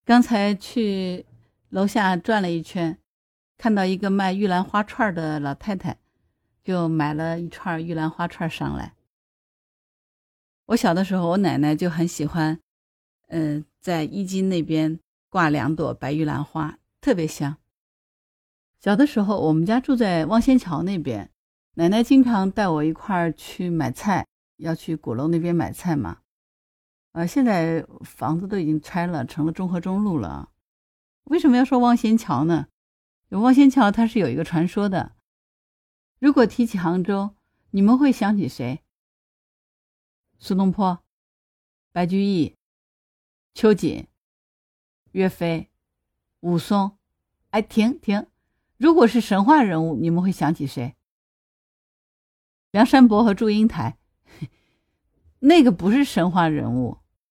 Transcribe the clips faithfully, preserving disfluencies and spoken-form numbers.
刚才去楼下转了一圈，看到一个卖玉兰花串的老太太，就买了一串玉兰花串上来。我小的时候，我奶奶就很喜欢呃，在衣襟那边挂两朵白玉兰花，特别香。小的时候我们家住在望仙桥那边，奶奶经常带我一块儿去买菜，要去鼓楼那边买菜嘛。呃，现在房子都已经拆了，成了中和中路了。为什么要说望仙桥呢？有望仙桥它是有一个传说的。如果提起杭州，你们会想起谁？苏东坡、白居易、秋瑾、岳飞、武松。哎，停停，如果是神话人物，你们会想起谁？梁山伯和祝英台。那个不是神话人物。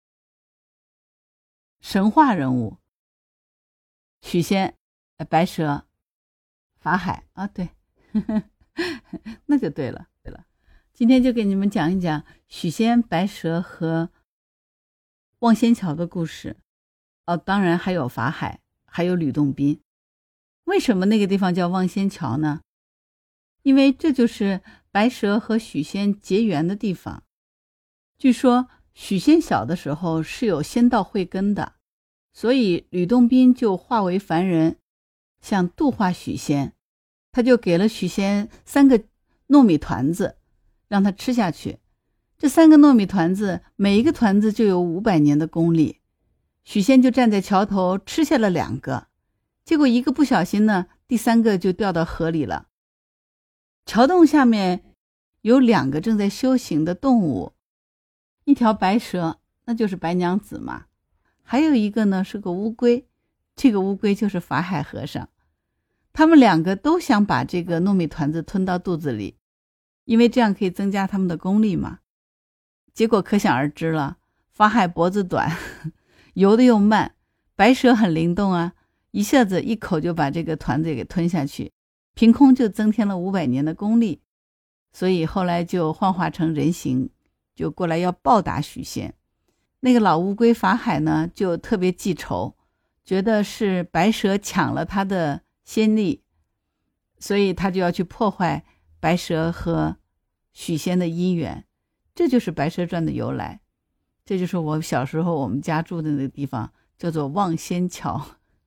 神话人物许仙、白蛇、法海啊，对那就对了对了。今天就给你们讲一讲许仙、白蛇和望仙桥的故事。哦，当然还有法海，还有吕洞宾。为什么那个地方叫望仙桥呢？因为这就是白蛇和许仙结缘的地方。据说许仙小的时候是有仙道慧根的，所以吕洞宾就化为凡人，想度化许仙，他就给了许仙三个糯米团子，让他吃下去。这三个糯米团子，每一个团子就有五百年的功力。许仙就站在桥头吃下了两个，结果一个不小心呢，第三个就掉到河里了。桥洞下面有两个正在修行的动物，一条白蛇，那就是白娘子嘛，还有一个呢是个乌龟，这个乌龟就是法海和尚。他们两个都想把这个糯米团子吞到肚子里，因为这样可以增加他们的功力嘛。结果可想而知了，法海脖子短，游得又慢，白蛇很灵动啊，一下子一口就把这个团子给吞下去，凭空就增添了五百年的功力。所以后来就幻化成人形，就过来要报答许仙。那个老乌龟法海呢，就特别记仇，觉得是白蛇抢了他的仙力，所以他就要去破坏白蛇和许仙的姻缘。这就是白蛇传的由来。这就是我小时候我们家住的那个地方，叫做望仙桥。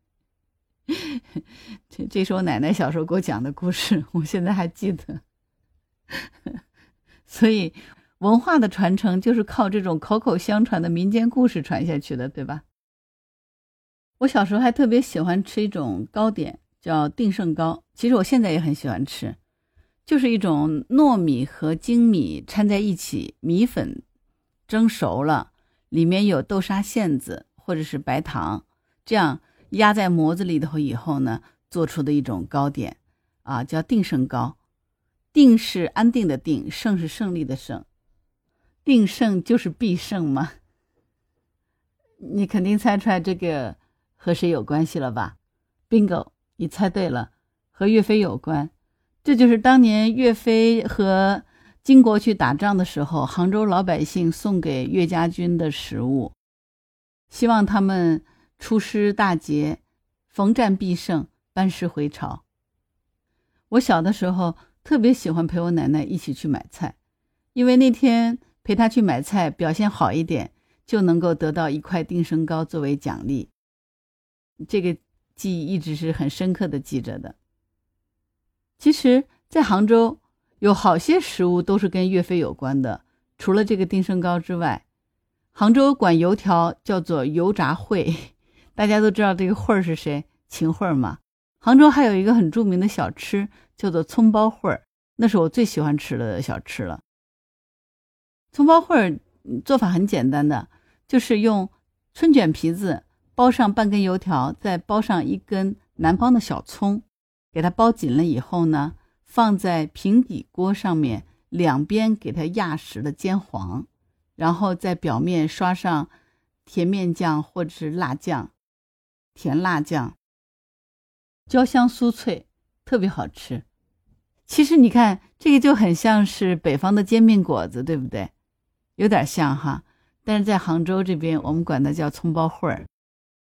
这这是我奶奶小时候给我讲的故事，我现在还记得。所以文化的传承就是靠这种口口相传的民间故事传下去的，对吧？我小时候还特别喜欢吃一种糕点，叫定胜糕，其实我现在也很喜欢吃，就是一种糯米和精米掺在一起，米粉蒸熟了，里面有豆沙馅子或者是白糖，这样压在模子里头以后呢，做出的一种糕点啊，叫定胜糕。定是安定的定，胜是胜利的胜，定胜就是必胜嘛。你肯定猜出来这个和谁有关系了吧？ Bingo， 你猜对了，和岳飞有关。这就是当年岳飞和金国去打仗的时候，杭州老百姓送给岳家军的食物，希望他们出师大捷，逢战必胜，班师回朝。我小的时候特别喜欢陪我奶奶一起去买菜，因为那天陪她去买菜表现好一点，就能够得到一块定胜糕作为奖励。这个记忆一直是很深刻的记着的。其实在杭州有好些食物都是跟岳飞有关的，除了这个定胜糕之外，杭州管油条叫做油炸烩，大家都知道这个烩是谁，秦桧嘛。杭州还有一个很著名的小吃叫做葱包烩，那是我最喜欢吃的小吃了。葱包烩做法很简单的，就是用春卷皮子包上半根油条，再包上一根南方的小葱，给它包紧了以后呢，放在平底锅上面，两边给它压实了煎黄，然后在表面刷上甜面酱或者是辣酱，甜辣酱，焦香酥脆，特别好吃。其实你看这个就很像是北方的煎饼果子，对不对？有点像哈，但是在杭州这边我们管它叫葱包烩儿。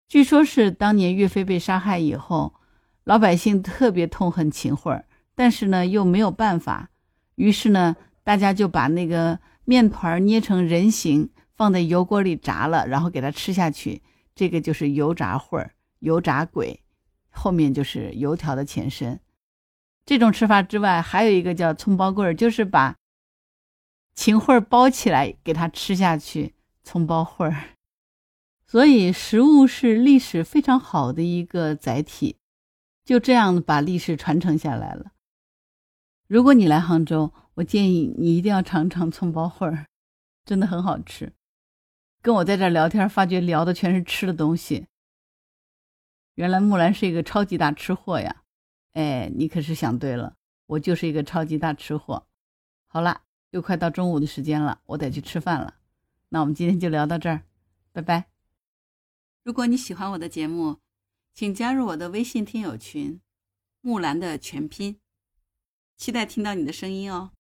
据说是当年岳飞被杀害以后，老百姓特别痛恨秦桧，但是呢又没有办法，于是呢大家就把那个面团捏成人形，放在油锅里炸了，然后给它吃下去，这个就是油炸桧、油炸鬼，后面就是油条的前身。这种吃法之外，还有一个叫葱包棍，就是把秦桧包起来给它吃下去，葱包桧。所以食物是历史非常好的一个载体，就这样把历史传承下来了。如果你来杭州，我建议你一定要尝尝葱包桧，真的很好吃。跟我在这聊天，发觉聊的全是吃的东西。原来木兰是一个超级大吃货呀！哎，你可是想对了，我就是一个超级大吃货。好了，又快到中午的时间了，我得去吃饭了。那我们今天就聊到这儿，拜拜。如果你喜欢我的节目，请加入我的微信听友群，木兰的全拼，期待听到你的声音哦。